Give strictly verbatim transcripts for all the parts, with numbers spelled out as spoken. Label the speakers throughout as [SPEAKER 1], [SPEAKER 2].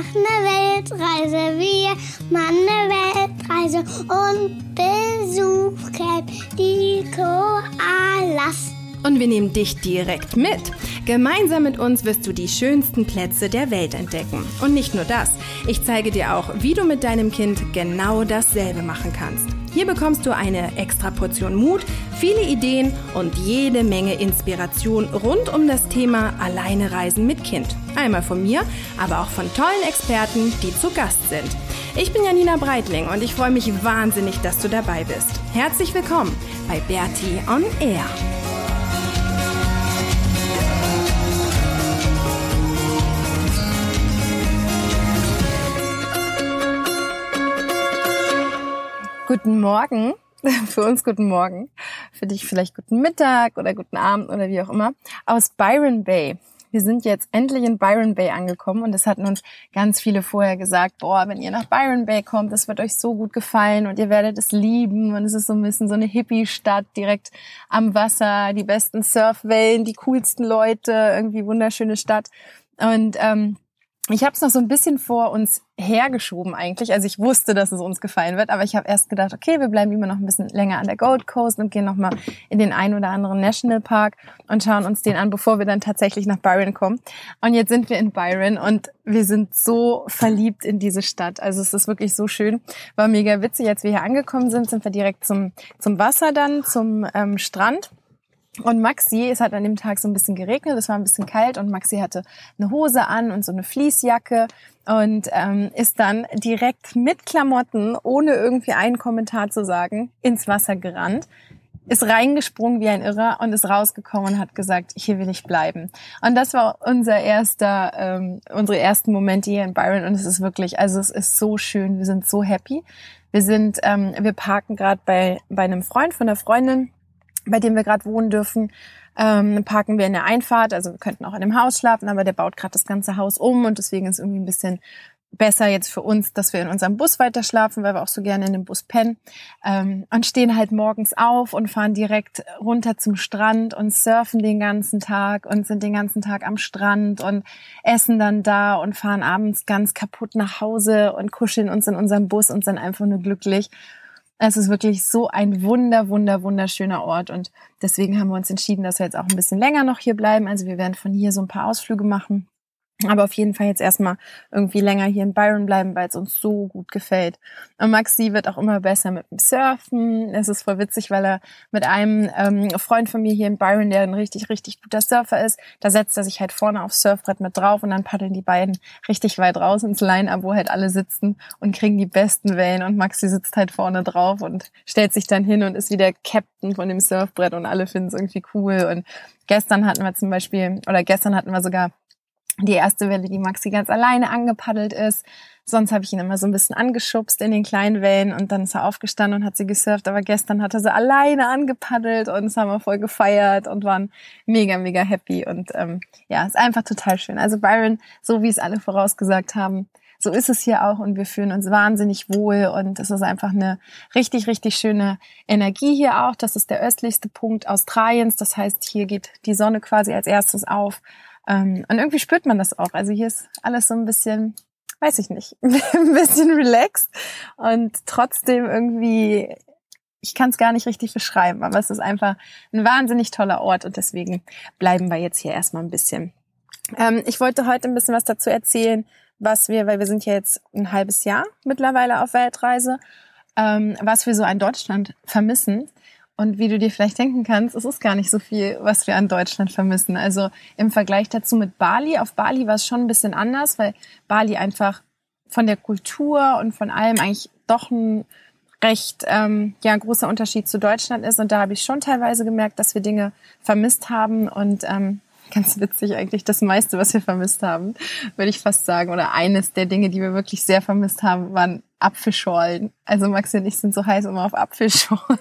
[SPEAKER 1] machen eine Weltreise. Wir machen eine Weltreise und besuchen die Koalas.
[SPEAKER 2] Und wir nehmen dich direkt mit. Gemeinsam mit uns wirst du die schönsten Plätze der Welt entdecken. Und nicht nur das, ich zeige dir auch, wie du mit deinem Kind genau dasselbe machen kannst. Hier bekommst du eine extra Portion Mut, viele Ideen und jede Menge Inspiration rund um das Thema Alleine reisen mit Kind. Einmal von mir, aber auch von tollen Experten, die zu Gast sind. Ich bin Janina Breitling und ich freue mich wahnsinnig, dass du dabei bist. Herzlich willkommen bei Bertie on Air. Guten Morgen, für uns guten Morgen, für dich vielleicht guten Mittag oder guten Abend oder wie auch immer, aus Byron Bay. Wir sind jetzt endlich in Byron Bay angekommen und es hatten uns ganz viele vorher gesagt, boah, wenn ihr nach Byron Bay kommt, das wird euch so gut gefallen und ihr werdet es lieben und es ist so ein bisschen so eine Hippie-Stadt direkt am Wasser, die besten Surfwellen, die coolsten Leute, irgendwie wunderschöne Stadt und ähm, ich habe es noch so ein bisschen vor uns hergeschoben eigentlich. Also ich wusste, dass es uns gefallen wird, aber ich habe erst gedacht, okay, wir bleiben immer noch ein bisschen länger an der Gold Coast und gehen nochmal in den einen oder anderen Nationalpark und schauen uns den an, bevor wir dann tatsächlich nach Byron kommen. Und jetzt sind wir in Byron und wir sind so verliebt in diese Stadt. Also es ist wirklich so schön. War mega witzig, als wir hier angekommen sind, sind wir direkt zum zum Wasser dann, zum ähm, Strand. Und Maxi, es hat an dem Tag so ein bisschen geregnet, es war ein bisschen kalt und Maxi hatte eine Hose an und so eine Fleecejacke und ähm, ist dann direkt mit Klamotten, ohne irgendwie einen Kommentar zu sagen, ins Wasser gerannt, ist reingesprungen wie ein Irrer und ist rausgekommen und hat gesagt, hier will ich bleiben. Und das war unser erster, ähm, unsere ersten Momente hier in Byron und es ist wirklich, also es ist so schön, wir sind so happy. Wir sind, ähm, wir parken gerade bei bei einem Freund von der Freundin, bei dem wir gerade wohnen dürfen, ähm, parken wir in der Einfahrt. Also wir könnten auch in dem Haus schlafen, aber der baut gerade das ganze Haus um und deswegen ist es irgendwie ein bisschen besser jetzt für uns, dass wir in unserem Bus weiter schlafen, weil wir auch so gerne in dem Bus pennen ähm, und stehen halt morgens auf und fahren direkt runter zum Strand und surfen den ganzen Tag und sind den ganzen Tag am Strand und essen dann da und fahren abends ganz kaputt nach Hause und kuscheln uns in unserem Bus und sind einfach nur glücklich. Es ist wirklich so ein wunder, wunder, wunderschöner Ort und deswegen haben wir uns entschieden, dass wir jetzt auch ein bisschen länger noch hier bleiben. Also wir werden von hier so ein paar Ausflüge machen, aber auf jeden Fall jetzt erstmal irgendwie länger hier in Byron bleiben, weil es uns so gut gefällt. Und Maxi wird auch immer besser mit dem Surfen. Es ist voll witzig, weil er mit einem ähm, Freund von mir hier in Byron, der ein richtig, richtig guter Surfer ist, da setzt er sich halt vorne aufs Surfbrett mit drauf und dann paddeln die beiden richtig weit raus ins Line-Up, wo halt alle sitzen und kriegen die besten Wellen und Maxi sitzt halt vorne drauf und stellt sich dann hin und ist wie der Captain von dem Surfbrett und alle finden es irgendwie cool. Und gestern hatten wir zum Beispiel, oder gestern hatten wir sogar die erste Welle, die Maxi ganz alleine angepaddelt ist. Sonst habe ich ihn immer so ein bisschen angeschubst in den kleinen Wellen und dann ist er aufgestanden und hat sie gesurft. Aber gestern hat er sie alleine angepaddelt und das haben wir voll gefeiert und waren mega, mega happy. Und ähm, ja, ist einfach total schön. Also Byron, so wie es alle vorausgesagt haben, so ist es hier auch und wir fühlen uns wahnsinnig wohl und es ist einfach eine richtig, richtig schöne Energie hier auch. Das ist der östlichste Punkt Australiens. Das heißt, hier geht die Sonne quasi als erstes auf. Und irgendwie spürt man das auch. Also hier ist alles so ein bisschen, weiß ich nicht, ein bisschen relaxed und trotzdem irgendwie, ich kann es gar nicht richtig beschreiben, aber es ist einfach ein wahnsinnig toller Ort und deswegen bleiben wir jetzt hier erstmal ein bisschen. Ähm, ich wollte heute ein bisschen was dazu erzählen, was wir, weil wir sind ja jetzt ein halbes Jahr mittlerweile auf Weltreise, ähm, was wir so an Deutschland vermissen. Und wie du dir vielleicht denken kannst, es ist gar nicht so viel, was wir an Deutschland vermissen. Also im Vergleich dazu mit Bali, auf Bali war es schon ein bisschen anders, weil Bali einfach von der Kultur und von allem eigentlich doch ein recht ähm, ja großer Unterschied zu Deutschland ist. Und da habe ich schon teilweise gemerkt, dass wir Dinge vermisst haben. Und ähm, ganz witzig eigentlich, das meiste, was wir vermisst haben, würde ich fast sagen. Oder eines der Dinge, die wir wirklich sehr vermisst haben, waren Apfelschorlen. Also Maxi und ich sind so heiß immer auf Apfelschorlen.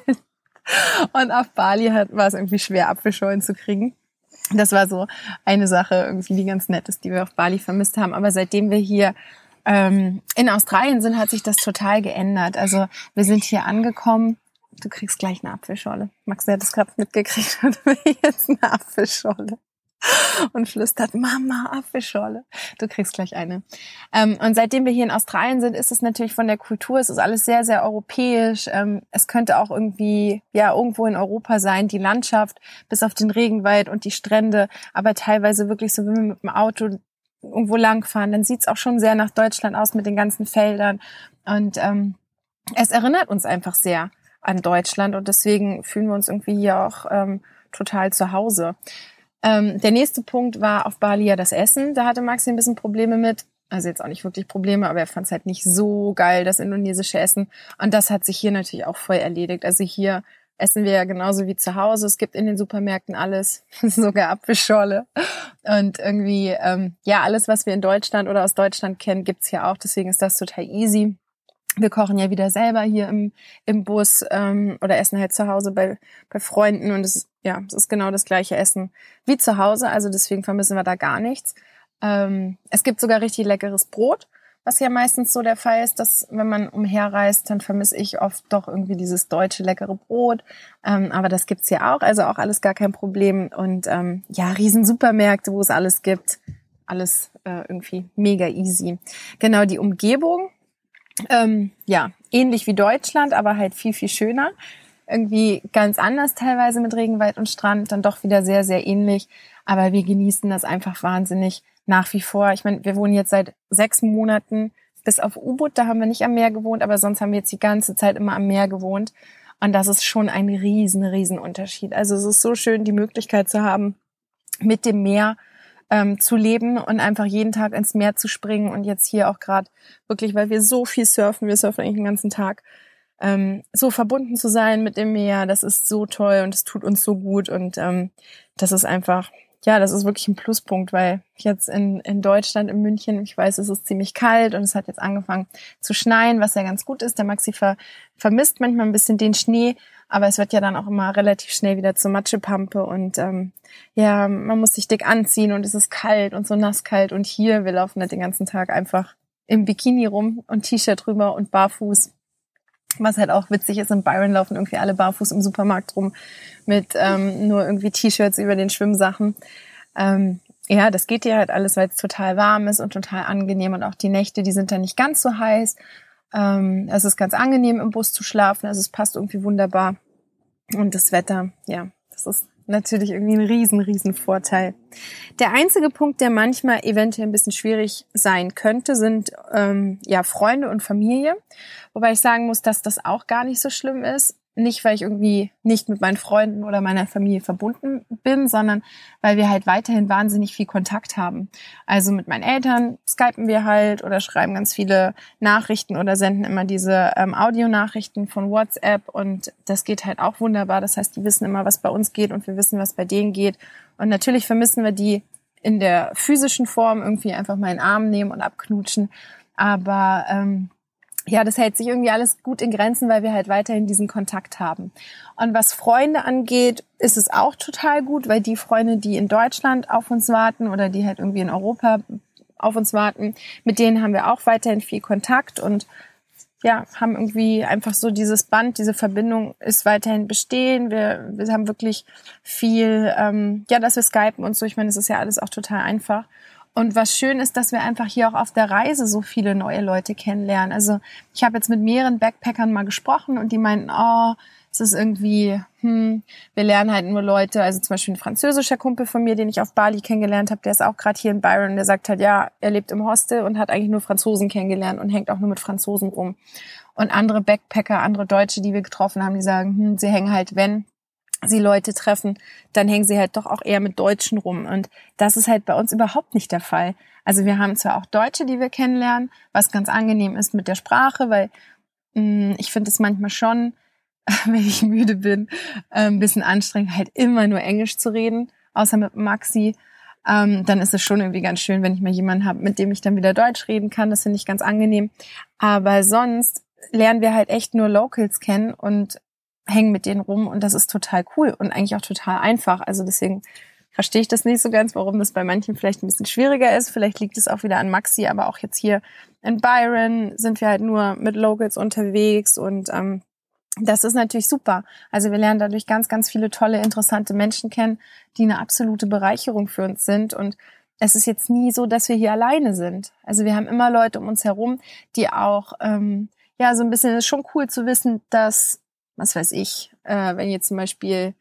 [SPEAKER 2] Und auf Bali hat, war es irgendwie schwer, Apfelschorlen zu kriegen. Das war so eine Sache, irgendwie, die ganz nett ist, die wir auf Bali vermisst haben. Aber seitdem wir hier ähm, in Australien sind, hat sich das total geändert. Also wir sind hier angekommen. Du kriegst gleich eine Apfelschorle. Max, der hat das gerade mitgekriegt und will jetzt eine Apfelschorle. und flüstert, Mama, Apfelschorle. Du kriegst gleich eine. Ähm, und seitdem wir hier in Australien sind, ist es natürlich von der Kultur, es ist alles sehr, sehr europäisch. Ähm, es könnte auch irgendwie, ja, irgendwo in Europa sein, die Landschaft, bis auf den Regenwald und die Strände, aber teilweise wirklich so, wenn wir mit dem Auto irgendwo langfahren, dann sieht's auch schon sehr nach Deutschland aus mit den ganzen Feldern. Und ähm, es erinnert uns einfach sehr an Deutschland und deswegen fühlen wir uns irgendwie hier auch ähm, total zu Hause. Ähm, der nächste Punkt war auf Bali ja das Essen. Da hatte Maxi ein bisschen Probleme mit. Also jetzt auch nicht wirklich Probleme, aber er fand es halt nicht so geil, das indonesische Essen. Und das hat sich hier natürlich auch voll erledigt. Also hier essen wir ja genauso wie zu Hause. Es gibt in den Supermärkten alles, sogar Apfelschorle. Und irgendwie, ähm, ja, alles, was wir in Deutschland oder aus Deutschland kennen, gibt's hier auch. Deswegen ist das total easy. Wir kochen ja wieder selber hier im, im Bus ähm, oder essen halt zu Hause bei, bei Freunden. Und es ist, ja, es ist genau das gleiche Essen wie zu Hause. Also deswegen vermissen wir da gar nichts. Ähm, es gibt sogar richtig leckeres Brot, was ja meistens so der Fall ist, dass wenn man umherreist, dann vermisse ich oft doch irgendwie dieses deutsche leckere Brot. Ähm, aber das gibt's ja auch, also auch alles gar kein Problem. Und ähm, ja, riesen Supermärkte, wo es alles gibt. Alles äh, irgendwie mega easy. Genau, die Umgebung, ähm, ja, ähnlich wie Deutschland, aber halt viel, viel schöner. Irgendwie ganz anders teilweise mit Regenwald und Strand, dann doch wieder sehr, sehr ähnlich. Aber wir genießen das einfach wahnsinnig nach wie vor. Ich meine, wir wohnen jetzt seit sechs Monaten bis auf U-Boot, da haben wir nicht am Meer gewohnt, aber sonst haben wir jetzt die ganze Zeit immer am Meer gewohnt. Und das ist schon ein riesen, riesen Unterschied. Also es ist so schön, die Möglichkeit zu haben, mit dem Meer ähm, zu leben und einfach jeden Tag ins Meer zu springen. Und jetzt hier auch gerade wirklich, weil wir so viel surfen, wir surfen eigentlich den ganzen Tag, ähm, so verbunden zu sein mit dem Meer, das ist so toll und es tut uns so gut. Und ähm, das ist einfach... Ja, das ist wirklich ein Pluspunkt, weil jetzt in, in Deutschland, in München, ich weiß, es ist ziemlich kalt und es hat jetzt angefangen zu schneien, was ja ganz gut ist. Der Maxi ver, vermisst manchmal ein bisschen den Schnee, aber es wird ja dann auch immer relativ schnell wieder zur Matschepampe und ähm, ja, man muss sich dick anziehen und es ist kalt und so nasskalt und hier, wir laufen halt den ganzen Tag einfach im Bikini rum und T-Shirt drüber und barfuß. Was halt auch witzig ist, in Byron laufen irgendwie alle barfuß im Supermarkt rum mit ähm, nur irgendwie T-Shirts über den Schwimmsachen. Ähm, ja, das geht hier halt alles, weil es total warm ist und total angenehm. Und auch die Nächte, die sind dann nicht ganz so heiß. Ähm, es ist ganz angenehm, im Bus zu schlafen. Also es passt irgendwie wunderbar. Und das Wetter, ja, das ist natürlich irgendwie ein riesen, riesen Vorteil. Der einzige Punkt, der manchmal eventuell ein bisschen schwierig sein könnte, sind ähm, ja Freunde und Familie. Wobei ich sagen muss, dass das auch gar nicht so schlimm ist. Nicht, weil ich irgendwie nicht mit meinen Freunden oder meiner Familie verbunden bin, sondern weil wir halt weiterhin wahnsinnig viel Kontakt haben. Also mit meinen Eltern skypen wir halt oder schreiben ganz viele Nachrichten oder senden immer diese ähm, Audionachrichten von WhatsApp und das geht halt auch wunderbar. Das heißt, die wissen immer, was bei uns geht und wir wissen, was bei denen geht. Und natürlich vermissen wir die in der physischen Form irgendwie einfach mal in den Arm nehmen und abknutschen. Aber ähm, ja, das hält sich irgendwie alles gut in Grenzen, weil wir halt weiterhin diesen Kontakt haben. Und was Freunde angeht, ist es auch total gut, weil die Freunde, die in Deutschland auf uns warten oder die halt irgendwie in Europa auf uns warten, mit denen haben wir auch weiterhin viel Kontakt und ja, haben irgendwie einfach so dieses Band, diese Verbindung ist weiterhin bestehen. Wir, wir haben wirklich viel, ähm, ja, dass wir skypen und so. Ich meine, es ist ja alles auch total einfach. Und was schön ist, dass wir einfach hier auch auf der Reise so viele neue Leute kennenlernen. Also ich habe jetzt mit mehreren Backpackern mal gesprochen und die meinten, oh, es ist irgendwie, hm, wir lernen halt nur Leute, also zum Beispiel ein französischer Kumpel von mir, den ich auf Bali kennengelernt habe, der ist auch gerade hier in Byron, der sagt halt, ja, er lebt im Hostel und hat eigentlich nur Franzosen kennengelernt und hängt auch nur mit Franzosen rum. Und andere Backpacker, andere Deutsche, die wir getroffen haben, die sagen, hm, sie hängen halt, wenn sie Leute treffen, dann hängen sie halt doch auch eher mit Deutschen rum. Und das ist halt bei uns überhaupt nicht der Fall. Also wir haben zwar auch Deutsche, die wir kennenlernen, was ganz angenehm ist mit der Sprache, weil mh, ich finde es manchmal schon, wenn ich müde bin, äh, ein bisschen anstrengend, halt immer nur Englisch zu reden, außer mit Maxi. Ähm, dann ist es schon irgendwie ganz schön, wenn ich mal jemanden habe, mit dem ich dann wieder Deutsch reden kann. Das finde ich ganz angenehm. Aber sonst lernen wir halt echt nur Locals kennen und hängen mit denen rum und das ist total cool und eigentlich auch total einfach. Also deswegen verstehe ich das nicht so ganz, warum das bei manchen vielleicht ein bisschen schwieriger ist. Vielleicht liegt es auch wieder an Maxi, aber auch jetzt hier in Byron sind wir halt nur mit Locals unterwegs und ähm, das ist natürlich super. Also wir lernen dadurch ganz, ganz viele tolle, interessante Menschen kennen, die eine absolute Bereicherung für uns sind. Und es ist jetzt nie so, dass wir hier alleine sind. Also wir haben immer Leute um uns herum, die auch, ähm, ja, so ein bisschen, es ist schon cool zu wissen, dass, was weiß ich, äh, wenn jetzt zum Beispiel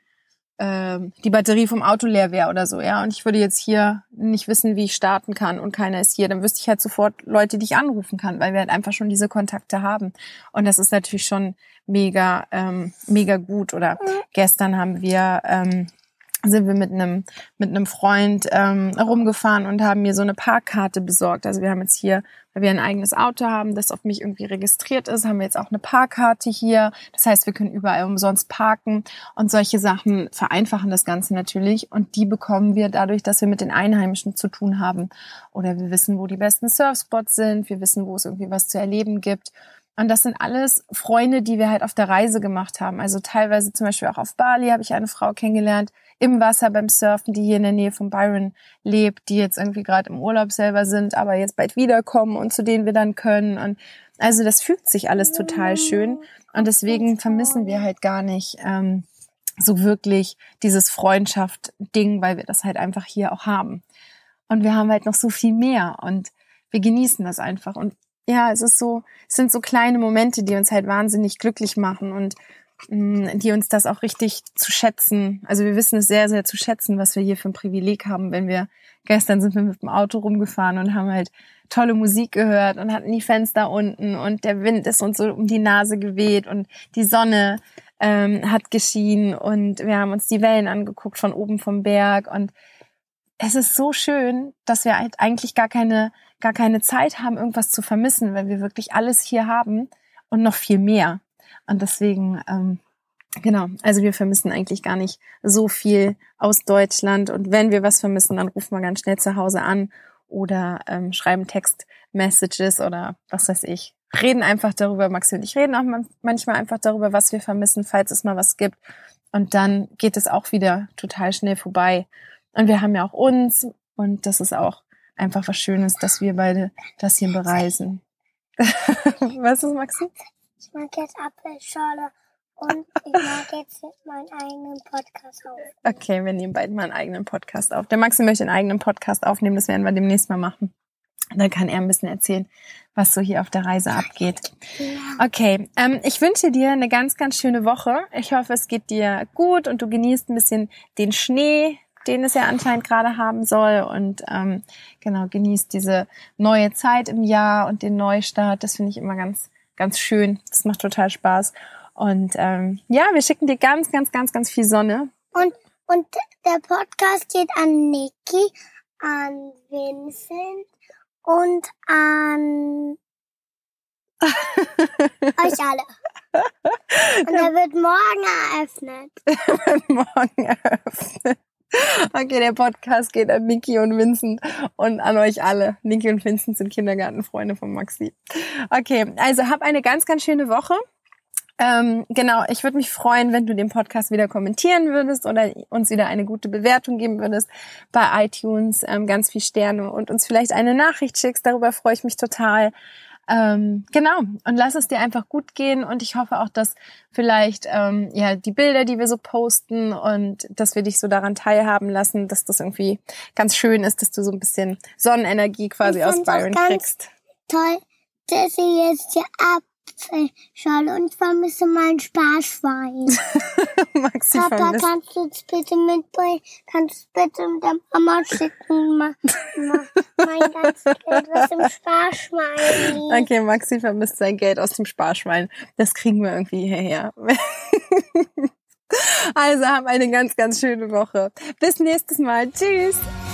[SPEAKER 2] die Batterie vom Auto leer wäre oder so, ja, und ich würde jetzt hier nicht wissen, wie ich starten kann und keiner ist hier, dann wüsste ich halt sofort Leute, die ich anrufen kann, weil wir halt einfach schon diese Kontakte haben. Und das ist natürlich schon mega, ähm, mega gut. Oder gestern haben wir, ähm, sind wir mit einem mit einem Freund ähm, rumgefahren und haben mir so eine Parkkarte besorgt. Also wir haben jetzt hier, weil wir ein eigenes Auto haben, das auf mich irgendwie registriert ist, haben wir jetzt auch eine Parkkarte hier. Das heißt, wir können überall umsonst parken und solche Sachen vereinfachen das Ganze natürlich. Und die bekommen wir dadurch, dass wir mit den Einheimischen zu tun haben. Oder wir wissen, wo die besten Surfspots sind. Wir wissen, wo es irgendwie was zu erleben gibt. Und das sind alles Freunde, die wir halt auf der Reise gemacht haben. Also teilweise zum Beispiel auch auf Bali habe ich eine Frau kennengelernt, im Wasser beim Surfen, die hier in der Nähe von Byron lebt, die jetzt irgendwie gerade im Urlaub selber sind, aber jetzt bald wiederkommen und zu denen wir dann können. Und also das fügt sich alles total schön. Und deswegen vermissen wir halt gar nicht ähm, so wirklich dieses Freundschaft-Ding, weil wir das halt einfach hier auch haben. Und wir haben halt noch so viel mehr und wir genießen das einfach. Und ja, es ist so, es sind so kleine Momente, die uns halt wahnsinnig glücklich machen und mh, die uns das auch richtig zu schätzen. Also wir wissen es sehr, sehr zu schätzen, was wir hier für ein Privileg haben. Wenn wir, gestern sind wir mit dem Auto rumgefahren und haben halt tolle Musik gehört und hatten die Fenster unten und der Wind ist uns so um die Nase geweht und die Sonne ähm, hat geschienen und wir haben uns die Wellen angeguckt von oben vom Berg und es ist so schön, dass wir halt eigentlich gar keine gar keine Zeit haben, irgendwas zu vermissen, weil wir wirklich alles hier haben und noch viel mehr. Und deswegen, ähm, genau, also wir vermissen eigentlich gar nicht so viel aus Deutschland. Und wenn wir was vermissen, dann rufen wir ganz schnell zu Hause an oder ähm, schreiben Text-Messages oder was weiß ich. Reden einfach darüber, Maxi und ich reden auch manchmal einfach darüber, was wir vermissen, falls es mal was gibt. Und dann geht es auch wieder total schnell vorbei. Und wir haben ja auch uns und das ist auch einfach was Schönes, dass wir beide das hier bereisen. Was ist, Maxi?
[SPEAKER 1] Ich mag jetzt Apfelschorle und ich mag jetzt meinen eigenen Podcast auf.
[SPEAKER 2] Okay, wir nehmen beide mal einen eigenen Podcast auf. Der Maxi möchte einen eigenen Podcast aufnehmen, das werden wir demnächst mal machen. Dann kann er ein bisschen erzählen, was so hier auf der Reise abgeht. Ja. Okay, ähm, ich wünsche dir eine ganz, ganz schöne Woche. Ich hoffe, es geht dir gut und du genießt ein bisschen den Schnee, den es ja anscheinend gerade haben soll und ähm, genau, genießt diese neue Zeit im Jahr und den Neustart. Das finde ich immer ganz, ganz schön. Das macht total Spaß. Und ähm, ja, wir schicken dir ganz, ganz, ganz, ganz viel Sonne.
[SPEAKER 1] Und, und der Podcast geht an Niki, an Vincent und an euch alle. Und er wird morgen eröffnet.
[SPEAKER 2] Morgen eröffnet. Okay, der Podcast geht an Niki und Vincent und an euch alle. Niki und Vincent sind Kindergartenfreunde von Maxi. Okay, also hab eine ganz, ganz schöne Woche. Ähm, genau, ich würde mich freuen, wenn du den Podcast wieder kommentieren würdest oder uns wieder eine gute Bewertung geben würdest bei iTunes, ähm, ganz viel Sterne und uns vielleicht eine Nachricht schickst. Darüber freue ich mich total. Ähm, genau, und lass es dir einfach gut gehen und ich hoffe auch, dass vielleicht ähm, ja die Bilder, die wir so posten und dass wir dich so daran teilhaben lassen, dass das irgendwie ganz schön ist, dass du so ein bisschen Sonnenenergie quasi aus Byron kriegst.
[SPEAKER 1] Toll, dass ich jetzt hier Apfelschorle und vermisse mein Sparschwein.
[SPEAKER 2] Maxi
[SPEAKER 1] Papa,
[SPEAKER 2] vermisst.
[SPEAKER 1] kannst du es bitte mitbringen? Kannst du es bitte mit der Mama schicken? Ma, ma, mein ganzes Geld aus dem Sparschwein liegt.
[SPEAKER 2] Okay, Maxi vermisst sein Geld aus dem Sparschwein. Das kriegen wir irgendwie hierher. Also hab eine ganz, ganz schöne Woche. Bis nächstes Mal. Tschüss.